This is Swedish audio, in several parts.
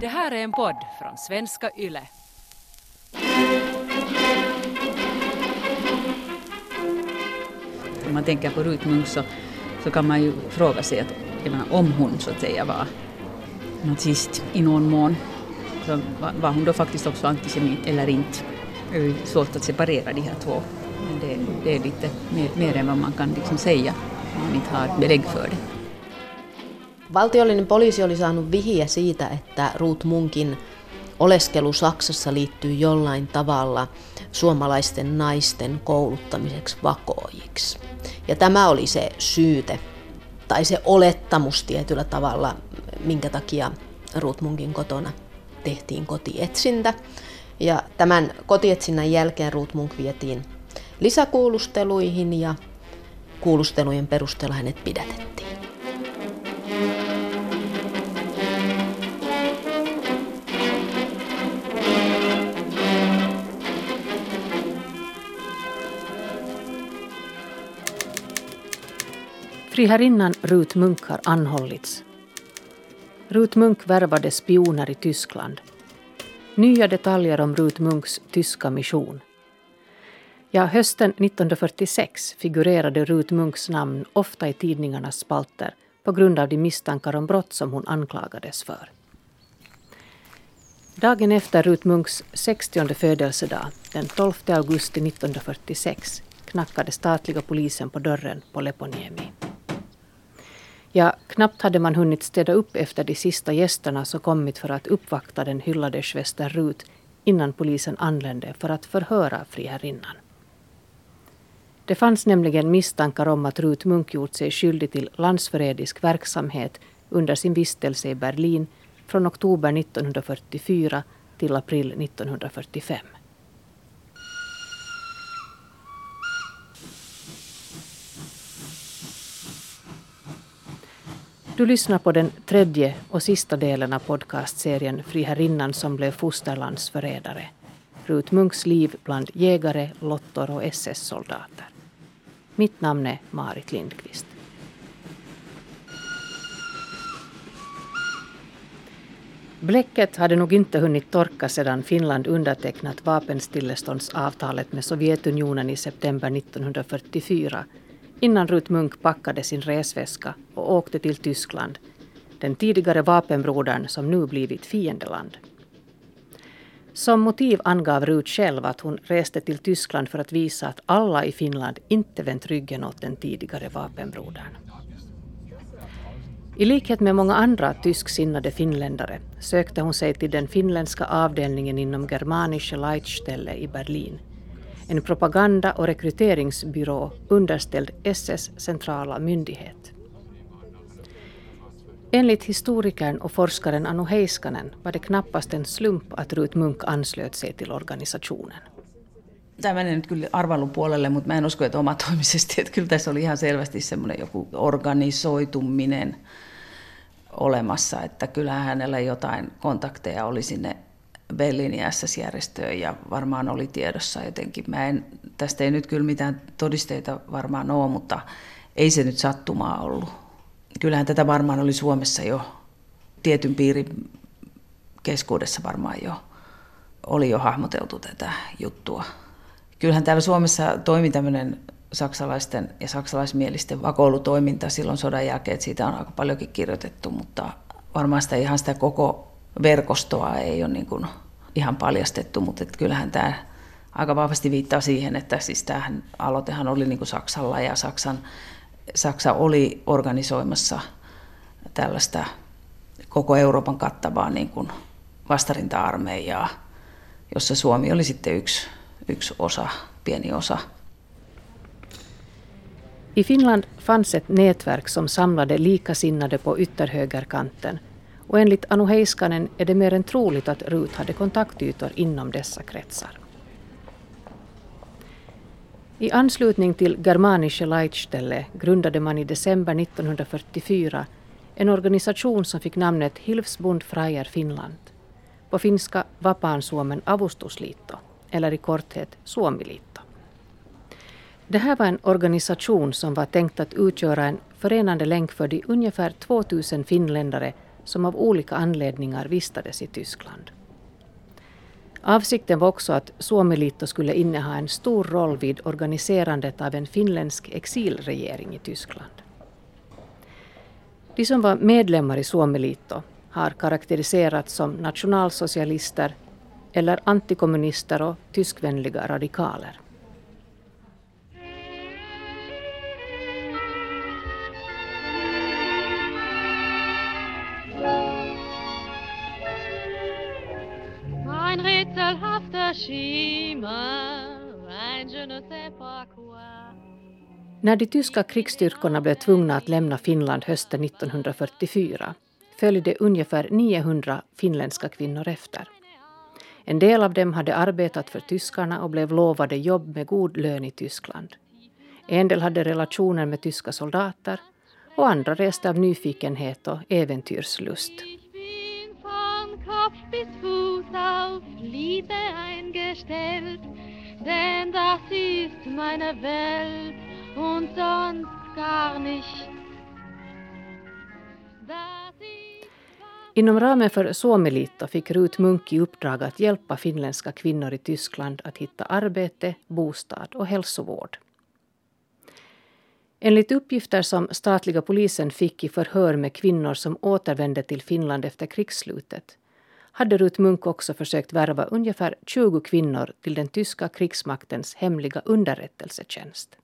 Det här är en podd från Svenska Yle. Om man tänker på Ruth Munk så kan man ju fråga sig att om hon så att säga var nazist i någon mån, så var hon då faktiskt också antisemit eller inte. Det är svårt att separera de här två. Men det är lite mer än vad man kan liksom säga om man inte har belägg för det. Valtiollinen poliisi oli saanut vihiä siitä, että Ruth Munkin oleskelu Saksassa liittyy jollain tavalla suomalaisten naisten kouluttamiseksi vakoojiksi. Ja tämä oli se syyte, tai se olettamus tietyllä tavalla, minkä takia Ruth Munkin kotona tehtiin kotietsintä. Ja tämän kotietsinnän jälkeen Ruth Munk vietiin lisäkuulusteluihin ja kuulustelujen perusteella hänet pidätettiin. Friherrinnan Ruth Munk har anhållits. Ruth Munk värvade spioner i Tyskland. Nya detaljer om Ruth Munks tyska mission. Ja, hösten 1946 figurerade Ruth Munks namn ofta i tidningarnas spalter på grund av de misstankar om brott som hon anklagades för. Dagen efter Ruth Munks 60:e födelsedag, den 12 augusti 1946, knackade statliga polisen på dörren på Leponiemi. Ja, knappt hade man hunnit städa upp efter de sista gästerna som kommit för att uppvakta den hyllade Schwester Ruth innan polisen anlände för att förhöra friherrinnan. Det fanns nämligen misstankar om att Ruth Munk gjort sig skyldig till landsförrädisk verksamhet under sin vistelse i Berlin från oktober 1944 till april 1945. Du lyssnar på den tredje och sista delen av podcastserien Friherrinnan som blev fosterlandsförrädare. Ruth Munks liv bland jägare, lottor och SS-soldater. Mitt namn är Marit Lindqvist. Bläcket hade nog inte hunnit torka sedan Finland undertecknat vapenstilleståndsavtalet med Sovjetunionen i september 1944 innan Ruth Munk packade sin resväska och åkte till Tyskland, den tidigare vapenbrodern som nu blivit fiendeland. Som motiv angav Ruth själv att hon reste till Tyskland för att visa att alla i Finland inte vänt ryggen åt den tidigare vapenbrodern. I likhet med många andra tysksinnade finländare sökte hon sig till den finländska avdelningen inom Germanische Leitstelle i Berlin, en propaganda- och rekryteringsbyrå underställd SS centrala myndighet. Enligt historikern och forskaren Anu Heiskanen var det knappast en slump att Ruth Munk anslöt sig till organisationen. Tämä menee nyt kyllä arvailun puolelle, mutta mä en usko, että omatoimisesti. Että kyllä tässä oli ihan selvästi semmoinen joku organisoituminen olemassa, että kyllähän hänellä jotain kontakteja oli sinne Berliinin SS-järjestöön ja varmaan oli tiedossa jotenkin. Tästä ei nyt kyllä mitään todisteita varmaan ole, mutta ei se nyt sattumaa ollut. Kyllähän tätä varmaan oli Suomessa jo tietyn piirin keskuudessa varmaan oli jo hahmoteltu tätä juttua. Kyllähän täällä Suomessa toimi tämmöinen saksalaisten ja saksalaismielisten vakoilutoiminta silloin sodan jälkeen, että siitä on aika paljonkin kirjoitettu, mutta varmaan sitä koko verkostoa ei ole niin kuin ihan paljastettu, mutta että kyllähän tämä aika vahvasti viittaa siihen, että siis tämähän aloitehan oli niin kuin Saksalla ja Saksa oli organisoimassa tällaista koko Euroopan kattavaa niin kuin vastarinta-armeijaa, jossa Suomi oli sitten yksi osa, pieni osa. I Finland fanns ett nätverk som samlade likasinnade på ytterhögerkanten, och enligt Anu Heiskanen är det mer än troligt att Ruth hade kontaktytor inom dessa kretsar. I anslutning till Germanische Leitstelle grundade man i december 1944 en organisation som fick namnet Hilfsbund Freier Finland, på finska Vapaan Suomen avustusliitto, eller i korthet Suomiliitto. Det här var en organisation som var tänkt att utgöra en förenande länk för de ungefär 2000 finländare som av olika anledningar vistades i Tyskland. Avsikten var också att Suomiliitto skulle inneha en stor roll vid organiserandet av en finländsk exilregering i Tyskland. De som var medlemmar i Suomiliitto har karaktäriserats som nationalsocialister eller antikommunister och tyskvänliga radikaler. Ein rätselhafter Schimmer, ein je ne sais pas quoi. När de tyska krigsstyrkorna blev tvungna att lämna Finland hösten 1944 följde ungefär 900 finländska kvinnor efter. En del av dem hade arbetat för tyskarna och blev lovade jobb med god lön i Tyskland. En del hade relationer med tyska soldater och andra reste av nyfikenhet och äventyrslust. Kopf bis Fuß auf Liebe eingestellt, denn das ist meine Welt und sonst gar nicht. Inom ramen för Suomiliitto fick Ruth Munk i uppdrag att hjälpa finländska kvinnor i Tyskland att hitta arbete, bostad och hälsovård. Enligt uppgifter som statliga polisen fick i förhör med kvinnor som återvände till Finland efter krigsslutet hade Ruth Munk också försökt värva ungefär 20 kvinnor till den tyska krigsmaktens hemliga underrättelsetjänst.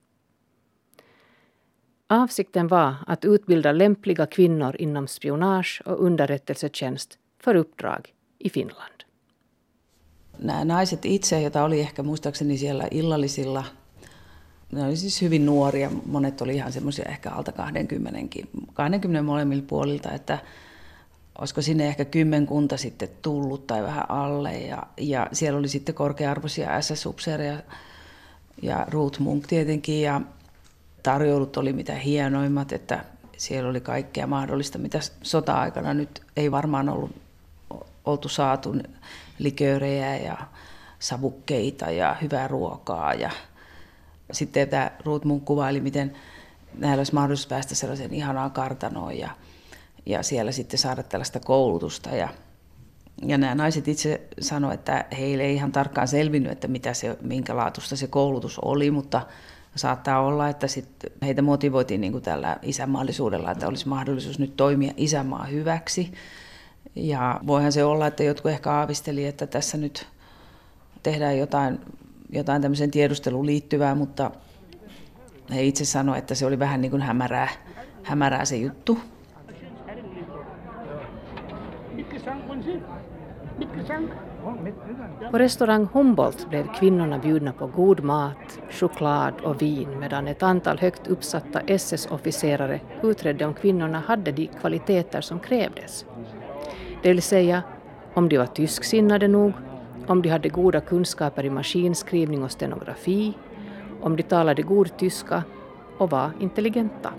Avsikten var att utbilda lämpliga kvinnor inom spionage och underrättelsetjänst för uppdrag i Finland. Nämä naiset itse, joita oli ehkä muistaakseni siellä illallisilla, ne oli siis hyvin nuoria, monet oli ihan semmoisia ehkä alta 20 molemmilta puolilta, että olisiko sinne ehkä 10 sitten tullut tai vähän alle. Ja siellä oli sitten korkea-arvoisia SS-upseereja ja Ruth Munk tietenkin. Ja tarjoulut oli mitä hienoimmat, että siellä oli kaikkea mahdollista, mitä sota-aikana nyt ei varmaan oltu saatu. Liköörejä ja savukkeita ja hyvää ruokaa. Ja sitten tämä Ruth Munk kuvaili, miten näillä olisi mahdollisuus päästä sellaiseen ihanaan kartanoon ja siellä sitten saada tällaista koulutusta. Ja nämä naiset itse sanoivat, että heille ei ihan tarkkaan selvinnyt, että minkä laatusta se koulutus oli, mutta saattaa olla, että sit heitä motivoitiin niin kuin tällä isänmaallisuudella, että olisi mahdollisuus nyt toimia isänmaan hyväksi. Ja voihan se olla, että jotkut ehkä aavisteli, että tässä nyt tehdään jotain tämmöiseen tiedusteluun liittyvää, mutta he itse sanoivat, että se oli vähän niin kuin hämärää se juttu. På restaurang Humboldt blev kvinnorna bjudna på god mat, choklad och vin medan ett antal högt uppsatta SS-officerare utredde om kvinnorna hade de kvaliteter som krävdes. Det vill säga om de var tysksinnade nog, om de hade goda kunskaper i maskinskrivning och stenografi, om de talade god tyska och var intelligenta.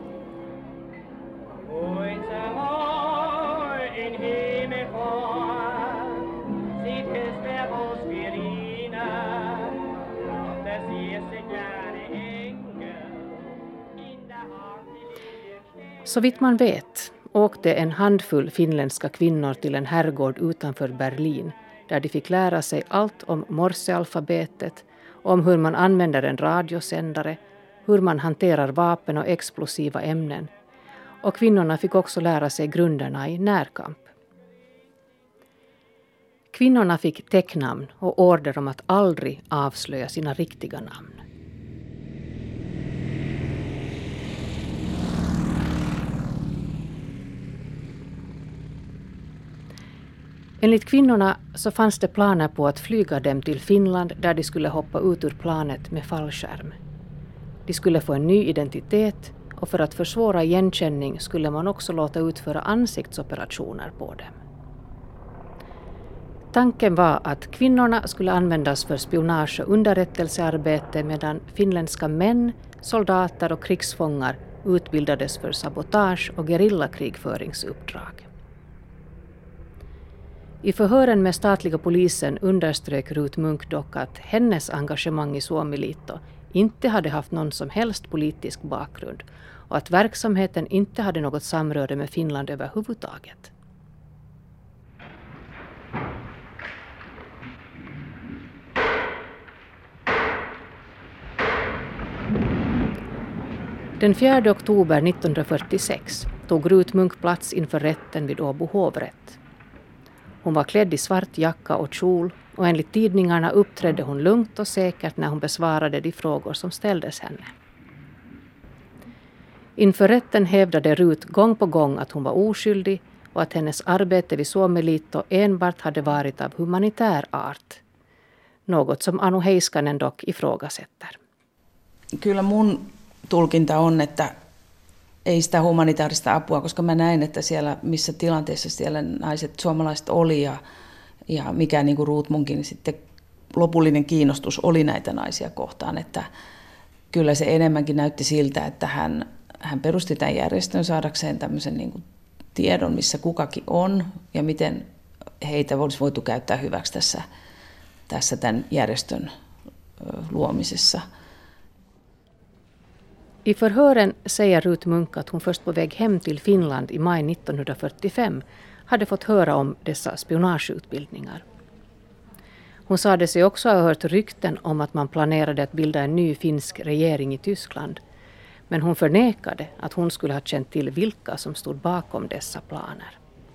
Så vitt man vet åkte en handfull finländska kvinnor till en herrgård utanför Berlin där de fick lära sig allt om morsealfabetet, om hur man använder en radiosändare, hur man hanterar vapen och explosiva ämnen. Och kvinnorna fick också lära sig grunderna i närkamp. Kvinnorna fick täcknamn och order om att aldrig avslöja sina riktiga namn. Enligt kvinnorna så fanns det planer på att flyga dem till Finland där de skulle hoppa ut ur planet med fallskärm. De skulle få en ny identitet och för att försvåra igenkänning skulle man också låta utföra ansiktsoperationer på dem. Tanken var att kvinnorna skulle användas för spionage och underrättelsearbete medan finländska män, soldater och krigsfångar utbildades för sabotage och gerillakrigföringsuppdrag. I förhören med statliga polisen underströk Ruth Munk dock att hennes engagemang i Suomiliitto inte hade haft någon som helst politisk bakgrund och att verksamheten inte hade något samröre med Finland överhuvudtaget. Den 4 oktober 1946 tog Rut Munk plats inför rätten vid Åbo hovrätt. Hon var klädd i svart jacka och kjol och enligt tidningarna uppträdde hon lugnt och säkert när hon besvarade de frågor som ställdes henne. Inför rätten hävdade Rut gång på gång att hon var oskyldig och att hennes arbete vid Suomiliitto enbart hade varit av humanitär art. Något som Anu Heiskanen dock ifrågasätter. Kyllä mun tulkinta on, että ei sitä humanitaarista apua, koska mä näin, että siellä missä tilanteessa siellä naiset suomalaiset oli ja mikä niin kuin Ruut Munkin sitten lopullinen kiinnostus oli näitä naisia kohtaan, että kyllä se enemmänkin näytti siltä, että hän perusti tämän järjestön saadakseen tämmöisen niin kuin tiedon, missä kukakin on ja miten heitä olisi voitu käyttää hyväksi tässä tämän järjestön luomisessa. I förhören säger Rut Munk att hon först på väg hem till Finland i maj 1945 hade fått höra om dessa spionageutbildningar. Hon sade sig också ha hört rykten om att man planerade att bilda en ny finsk regering i Tyskland, men hon förnekade att hon skulle ha känt till vilka som stod bakom dessa planer.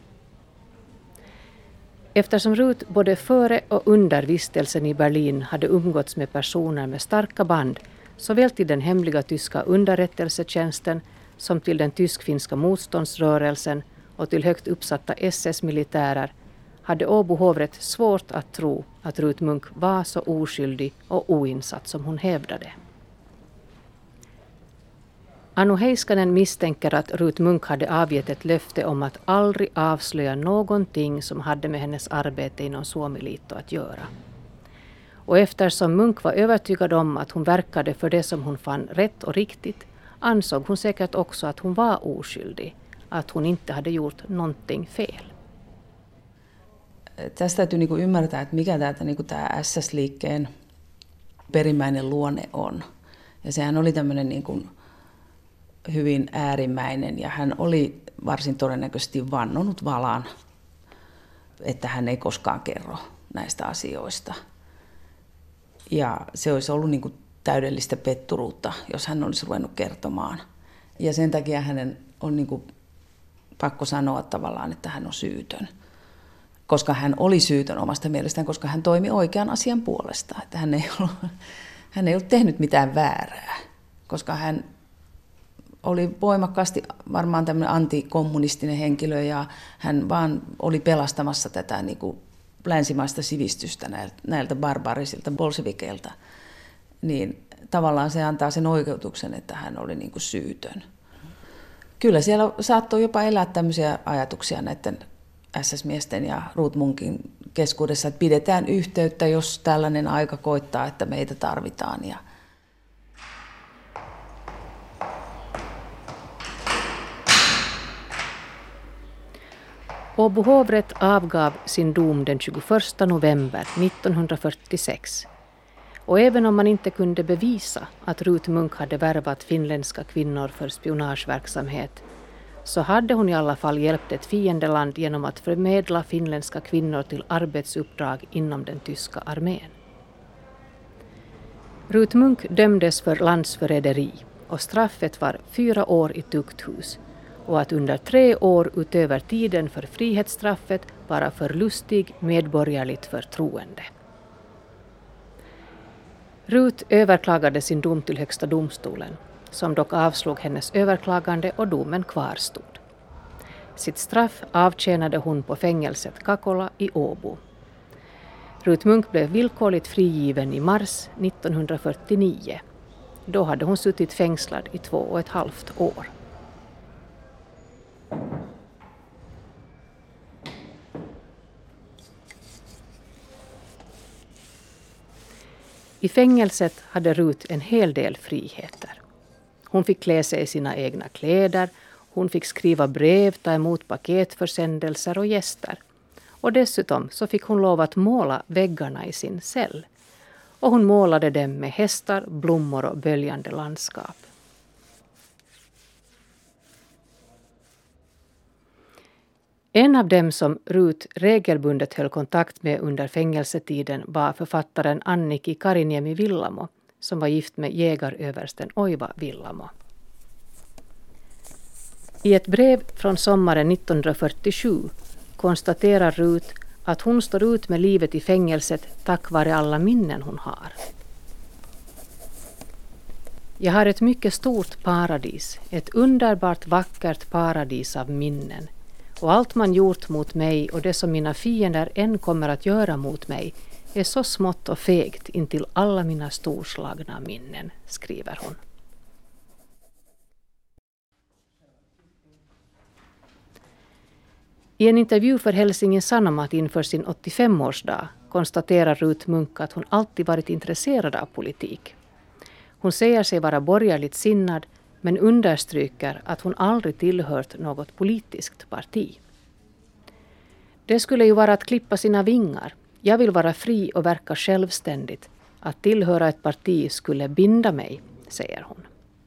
Eftersom Rut både före och under vistelsen i Berlin hade umgåtts med personer med starka band såväl till den hemliga tyska underrättelsetjänsten som till den tysk-finska motståndsrörelsen och till högt uppsatta SS-militärer hade Åbo hovrätt svårt att tro att Rut Munk var så oskyldig och oinsatt som hon hävdade. Anu Heiskanen misstänker att Rut Munk hade avgett ett löfte om att aldrig avslöja någonting som hade med hennes arbete inom Suomiliitto att göra. Och eftersom Munk var övertygad om att hon verkade för det som hon fann rätt och riktigt, ansåg hon säkert också att hon var oskyldig, att hon inte hade gjort någonting fel. Tästä täytyy niin kuin ymmärtää, että mikä tämä SS-liikkeen perimmäinen luonne on. Ja sehän oli tämmöinen niin kuin hyvin äärimmäinen ja hän oli varsin todennäköisesti vannonut valan, että hän ei koskaan kerro näistä asioista. Ja se olisi ollut niin kuin täydellistä petturuutta, jos hän olisi ruvennut kertomaan. Ja sen takia hänen on niin kuin pakko sanoa tavallaan, että hän on syytön. Koska hän oli syytön omasta mielestään, koska hän toimi oikean asian puolesta. Että hän ei ollut tehnyt mitään väärää, koska hän oli voimakkaasti varmaan tämmöinen antikommunistinen henkilö ja hän vaan oli pelastamassa tätä niin kuin länsimaista sivistystä näiltä barbaarisilta bolsevikeilta. Niin tavallaan se antaa sen oikeutuksen, että hän oli niin kuin syytön. Kyllä siellä saattoi jopa elää tämmöisiä ajatuksia näiden SS-miesten ja Ruut Munkin keskuudessa, että pidetään yhteyttä, jos tällainen aika koittaa, että meitä tarvitaan. Ja Åbo hovrätt avgav sin dom den 21 november 1946. Och även om man inte kunde bevisa att Rut Munk hade värvat finländska kvinnor för spionageverksamhet, så hade hon i alla fall hjälpt ett fiendeland genom att förmedla finländska kvinnor till arbetsuppdrag inom den tyska armén. Rut Munk dömdes för landsförräderi och straffet var 4 år i tukthus och att under 3 år utöver tiden för frihetsstraffet vara förlustig medborgerligt förtroende. Rut överklagade sin dom till Högsta domstolen, som dock avslog hennes överklagande och domen kvarstod. Sitt straff avtjänade hon på fängelset Kakola i Åbo. Rut Munk blev villkorligt frigiven i mars 1949. Då hade hon suttit fängslad i 2,5 år. I fängelset hade Rut en hel del friheter. Hon fick klä sig i sina egna kläder, hon fick skriva brev, ta emot paketförsändelser och gäster. Och dessutom så fick hon lov att måla väggarna i sin cell. Och hon målade dem med hästar, blommor och böljande landskap. En av dem som Rut regelbundet höll kontakt med under fängelsetiden var författaren Annikki Kariniemi Villamo, som var gift med jägaröversten Oiva Villamo. I ett brev från sommaren 1947 konstaterar Ruth att hon står ut med livet i fängelset tack vare alla minnen hon har. Jag har ett mycket stort paradis, ett underbart vackert paradis av minnen. Och allt man gjort mot mig och det som mina fiender än kommer att göra mot mig är så smått och fegt intill alla mina storslagna minnen, skriver hon. I en intervju för Helsingin Sanomat inför sin 85-årsdag konstaterar Ruth Munk att hon alltid varit intresserad av politik. Hon säger sig vara borgerligt sinnad men understryker att hon aldrig tillhört något politiskt parti. Det skulle ju vara att klippa sina vingar. Jag vill vara fri och verka självständigt. Att tillhöra ett parti skulle binda mig, säger hon.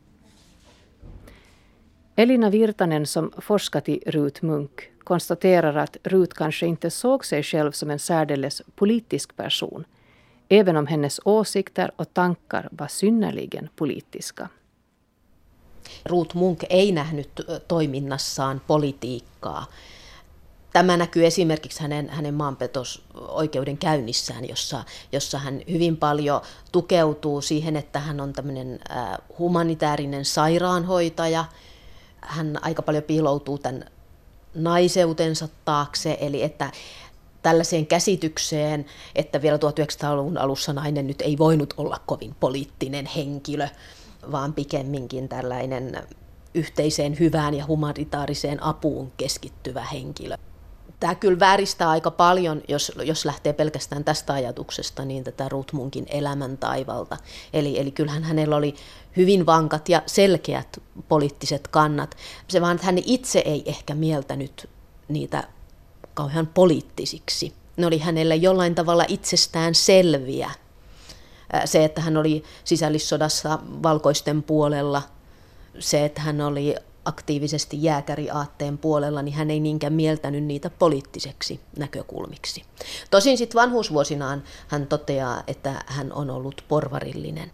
Elina Virtanen som forskat i Ruth Munk konstaterar att Ruth kanske inte såg sig själv som en särdeles politisk person, även om hennes åsikter och tankar var synnerligen politiska. Ruth Munk ei nähnyt toiminnassaan politiikkaa. Tämä näkyy esimerkiksi hänen maanpetosoikeudenkäynnissään, jossa hän hyvin paljon tukeutuu siihen, että hän on tämmöinen humanitaarinen sairaanhoitaja. Hän aika paljon piiloutuu tämän naiseutensa taakse, eli että tällaiseen käsitykseen, että vielä 1900-luvun alussa nainen nyt ei voinut olla kovin poliittinen henkilö, vaan pikemminkin tällainen yhteiseen hyvään ja humanitaariseen apuun keskittyvä henkilö. Tämä kyllä vääristää aika paljon, jos lähtee pelkästään tästä ajatuksesta, niin tätä Ruth Munkin elämäntaivalta. Eli kyllähän hänellä oli hyvin vankat ja selkeät poliittiset kannat. Se vaan, että hän itse ei ehkä mieltänyt niitä kauhean poliittisiksi. Ne oli hänelle jollain tavalla itsestään selviä. Se, että hän oli sisällissodassa valkoisten puolella, se, että hän oli aktiivisesti jääkäriaatteen puolella, niin hän ei niinkään mieltänyt niitä poliittiseksi näkökulmiksi. Tosin sitten vanhuusvuosinaan hän toteaa, että hän on ollut porvarillinen.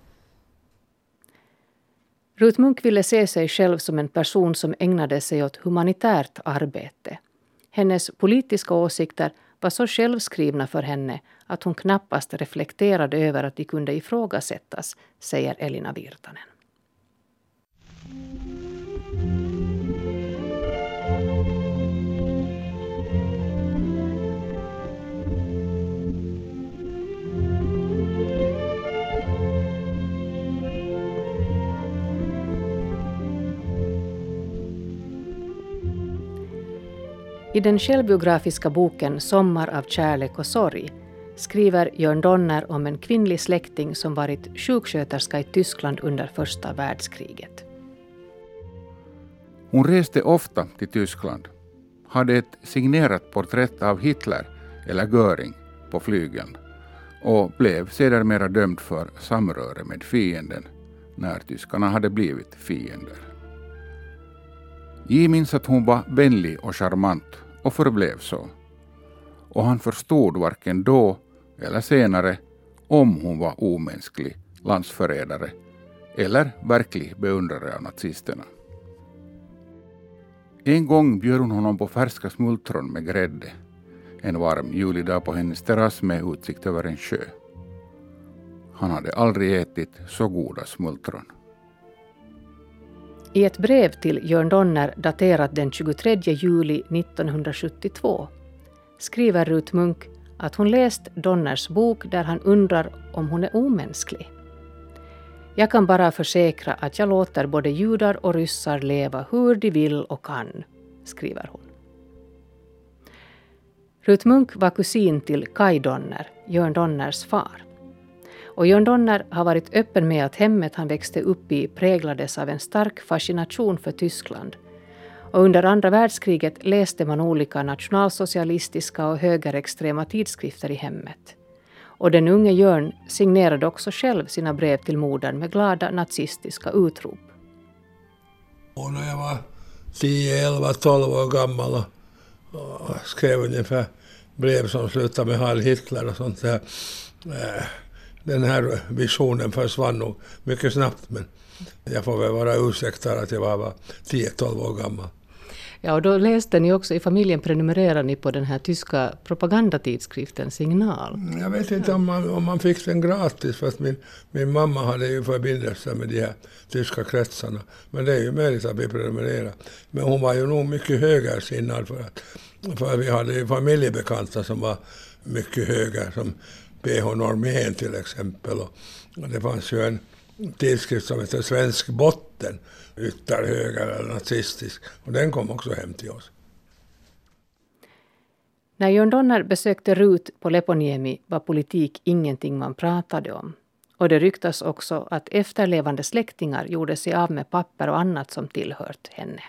Ruth Munk ville se sig själv som en person som ägnade sig åt humanitärt arbete. Hennes politiska åsikter var så självskrivna för henne att hon knappast reflekterade över att de kunde ifrågasättas, säger Elina Virtanen. I den självbiografiska boken Sommar av kärlek och sorg skriver Jörn Donner om en kvinnlig släkting som varit sjuksköterska i Tyskland under första världskriget. Hon reste ofta till Tyskland, hade ett signerat porträtt av Hitler eller Göring på flygeln och blev sedermera dömd för samröre med fienden när tyskarna hade blivit fiender. J minns att hon var vänlig och charmant och förblev så. Och han förstod varken då eller senare om hon var omänsklig, landsförrädare eller verklig beundrare av nazisterna. En gång bjöd hon honom på färska smultron med grädde, en varm julidag på hennes terrass med utsikt över en sjö. Han hade aldrig ätit så goda smultron. I ett brev till Jörn Donner daterat den 23 juli 1972 skriver Ruth Munk att hon läst Donners bok där han undrar om hon är omänsklig. Jag kan bara försäkra att jag låter både judar och ryssar leva hur de vill och kan, skriver hon. Ruth Munk var kusin till Kai Donner, Jörn Donners far. Och Jörn Donner har varit öppen med att hemmet han växte upp i präglades av en stark fascination för Tyskland. Och under andra världskriget läste man olika nationalsocialistiska och högerextrema tidskrifter i hemmet. Och den unge Jörn signerade också själv sina brev till modern med glada nazistiska utrop. Och när jag var 10, 11, 12 år gammal och skrev ungefär brev som slutade med Heil Hitler och sånt där. Den här visionen försvann nog mycket snabbt, men jag får väl vara ursäktad att jag var 10-12 år gammal. Ja, och då läste ni också i familjen, prenumererade ni på den här tyska propagandatidskriften Signal. Jag vet inte om man fick den gratis, för att min mamma hade ju förbindelser med de här tyska kretsarna. Men det är ju möjligt att vi prenumererar. Men hon var ju nog mycket högersinnad för vi hade ju familjebekanta som var mycket höger, som P.H. Normén till exempel. Och det fanns ju en tidskrift som heter Svensk botten, ytterhöger eller nazistisk, och den kom också hem till oss. När Jörn Donner besökte Rut på Leponiemi var politik ingenting man pratade om. Och det ryktas också att efterlevande släktingar gjorde sig av med papper och annat som tillhört henne.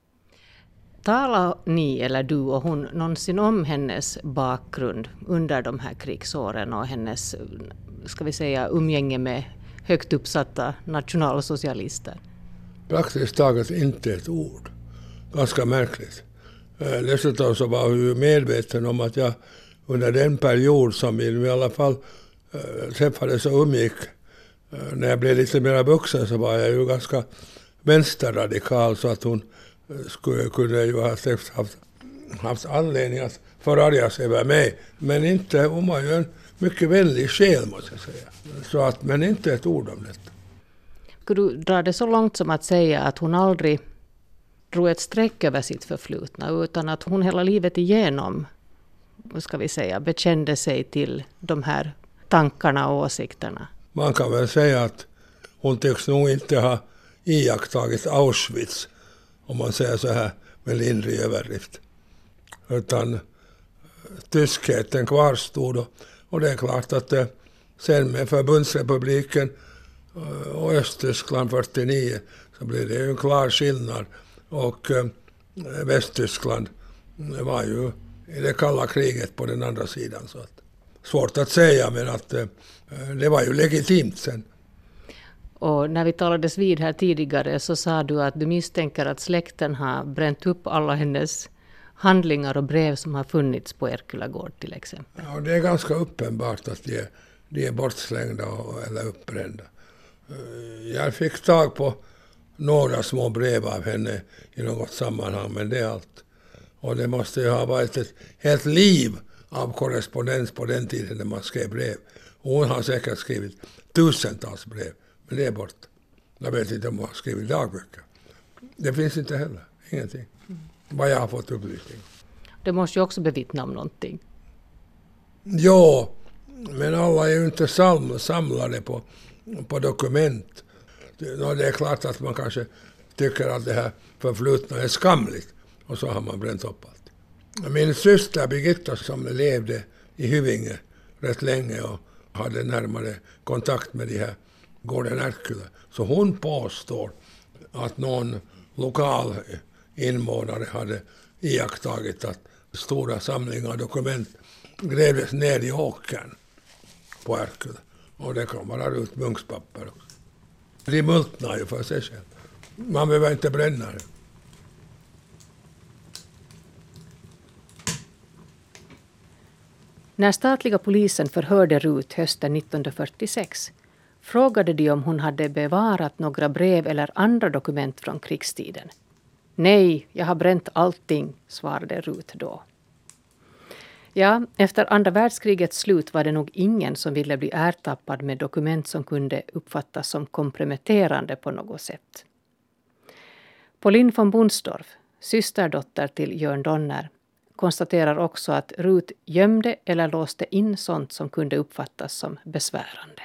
Talar ni eller du och hon någonsin om hennes bakgrund under de här krigsåren och hennes, ska vi säga, umgänge med högt uppsatta nationalsocialister? Praktiskt taget inte ett ord. Ganska märkligt. Dessutom så var jag medveten om att jag under den period som vi i alla fall träffades och umgick, när jag blev lite mer vuxen så var jag ju ganska vänsterradikal, så att hon kunde ju ha haft anledning att förargas över mig. Men inte, hon var ju en mycket vänlig själ, måste jag säga. Så att, men inte ett ord om detta. Skulle du dra det så långt som att säga att hon aldrig drog ett streck över sitt förflutna, utan att hon hela livet igenom, ska vi säga, bekände sig till de här tankarna och åsikterna? Man kan väl säga att hon tycks nog inte ha iakttagit Auschwitz, om man säger så här med lindrig överdrift. Utan tyskheten kvarstod, och det är klart att sen med förbundsrepubliken och Östtyskland 49 så blev det ju en klar skillnad, och Västtyskland var ju i det kalla kriget på den andra sidan. Så att, svårt att säga, men att det var ju legitimt sen. Och när vi talades vid här tidigare så sa du att du misstänker att släkten har bränt upp alla hennes handlingar och brev som har funnits på Erkulagård till exempel. Ja, det är ganska uppenbart att de är bortslängda eller uppbrända. Jag fick tag på några små brev av henne i något sammanhang, men det är allt. Och det måste ju ha varit ett helt liv av korrespondens på den tiden när man skrev brev. Och hon har säkert skrivit tusentals brev, men det är bort. Jag vet inte om hon har skrivit dagböcker. Det finns inte heller, ingenting. Vad jag har fått upplysning. Det måste ju också bevittna om någonting. Ja, men alla är ju inte samlade på dokument. Det är klart att man kanske tycker att det här förflutna är skamligt, och så har man bränt upp allt. Min syster Birgitta, som levde i Hyvinge rätt länge och hade närmare kontakt med de här gården Erkula, så hon påstår att någon lokal invånare hade iakttagit att stora samlingar dokument grävdes ner i åkern på Erkula. Och det kan vara ut munkspapper också. De multnar ju för sig själv. Man behöver inte bränna det. När statliga polisen förhörde Rut hösten 1946 frågade de om hon hade bevarat några brev eller andra dokument från krigstiden. Nej, jag har bränt allting, svarade Rut då. Ja, efter andra världskrigets slut var det nog ingen som ville bli ertappad med dokument som kunde uppfattas som komprometterande på något sätt. Pauline von Bundstorff, systerdotter till Jörn Donner, konstaterar också att Rut gömde eller låste in sånt som kunde uppfattas som besvärande.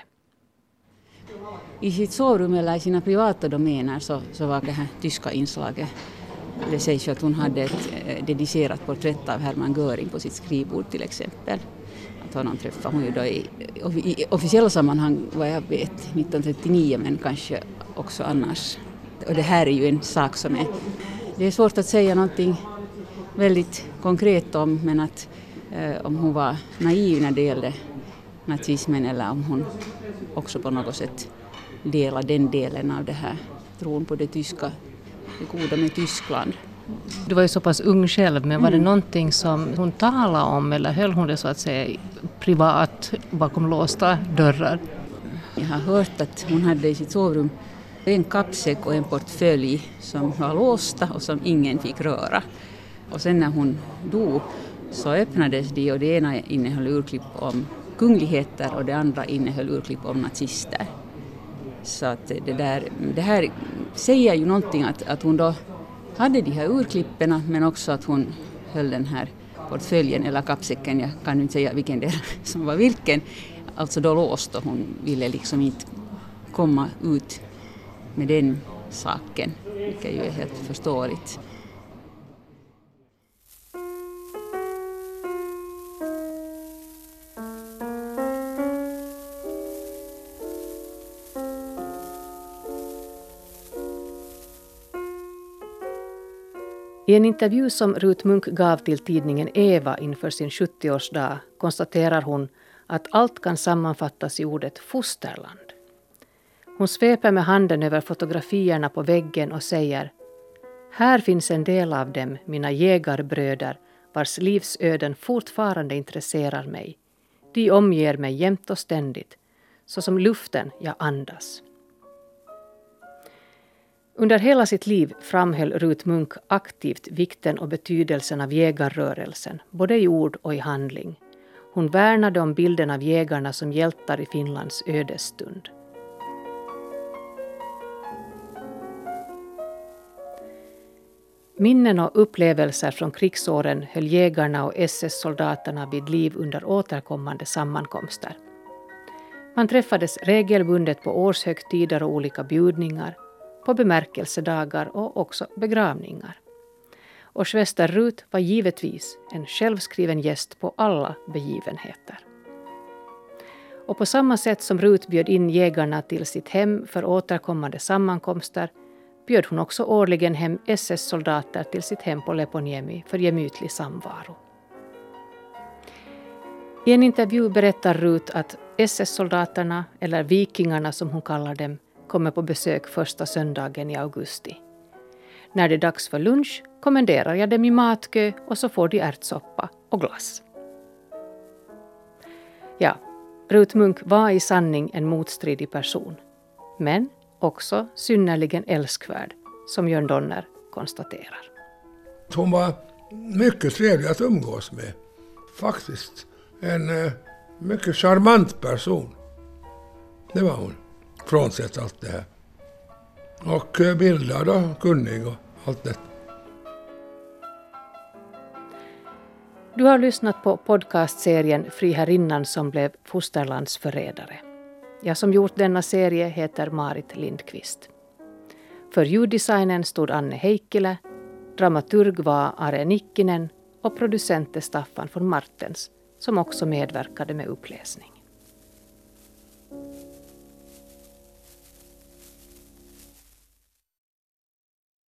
I sitt sovrum eller i sina privata domäner så var det här tyska inslaget. Det sägs ju att hon hade ett dedicerat porträtt av Hermann Göring på sitt skrivbord till exempel. Att honom träffade hon ju då i officiella sammanhang, vad jag vet, 1939, men kanske också annars. Och det här är ju en sak som det är svårt att säga någonting väldigt konkret om, men att om hon var naiv när det gällde nazismen eller om hon också på något sätt delade den delen av det här tron på det goda med Tyskland. Du var ju så pass ung själv, men var det någonting som hon talade om eller höll hon det så att säga privat bakom låsta dörrar? Jag har hört att hon hade i sitt sovrum En kappsäck och en portfölj som var låsta och som ingen fick röra. Och sen när hon dog så öppnades de och det ena innehöll urklipp om kungligheter och det andra innehöll urklipp om nazister. Så att det här säger ju någonting att hon då hade de här urklipperna men också att hon höll den här portföljen eller kappsäcken, jag kan inte säga vilken det som var vilken, alltså då låst och hon ville liksom inte komma ut med den saken, vilket ju är helt förståeligt. I en intervju som Ruth Munk gav till tidningen Eva inför sin 70-årsdag konstaterar hon att allt kan sammanfattas i ordet fosterland. Hon sveper med handen över fotografierna på väggen och säger: här finns en del av dem, mina jägarbröder, vars livsöden fortfarande intresserar mig. De omger mig jämt och ständigt, så som luften jag andas. Under hela sitt liv framhöll Ruth Munk aktivt vikten och betydelsen av jägarrörelsen, både i ord och i handling. Hon värnade om bilden av jägarna som hjältar i Finlands ödesstund. Minnen och upplevelser från krigsåren höll jägarna och SS-soldaterna vid liv under återkommande sammankomster. Man träffades regelbundet på årshögtider och olika bjudningar, på bemärkelsedagar och också begravningar. Och svester Ruth var givetvis en självskriven gäst på alla begivenheter. Och på samma sätt som Ruth bjöd in jägarna till sitt hem för återkommande sammankomster bjöd hon också årligen hem SS-soldater till sitt hem på Leponiemi för gemytlig samvaro. I en intervju berättar Ruth att SS-soldaterna, eller vikingarna som hon kallar dem, kommer på besök första söndagen i augusti. När det är dags för lunch kommenderar jag dem i matkö och så får de ärtsoppa och glass. Ja, Ruth Munk var i sanning en motstridig person, men också synnerligen älskvärd, som Jörn Donner konstaterar. Hon var mycket trevlig att umgås med. Faktiskt en mycket charmant person. Det var hon, frånsett allt det här. Och bildad och kunnig och allt det. Du har lyssnat på podcastserien Friherrinnan som blev fosterlandsförrädare. Jag som gjort denna serie heter Marit Lindqvist. För ljuddesignen stod Anne Heikkilä, dramaturg var Are Nikkinen och producent är Staffan von Martens som också medverkade med uppläsning.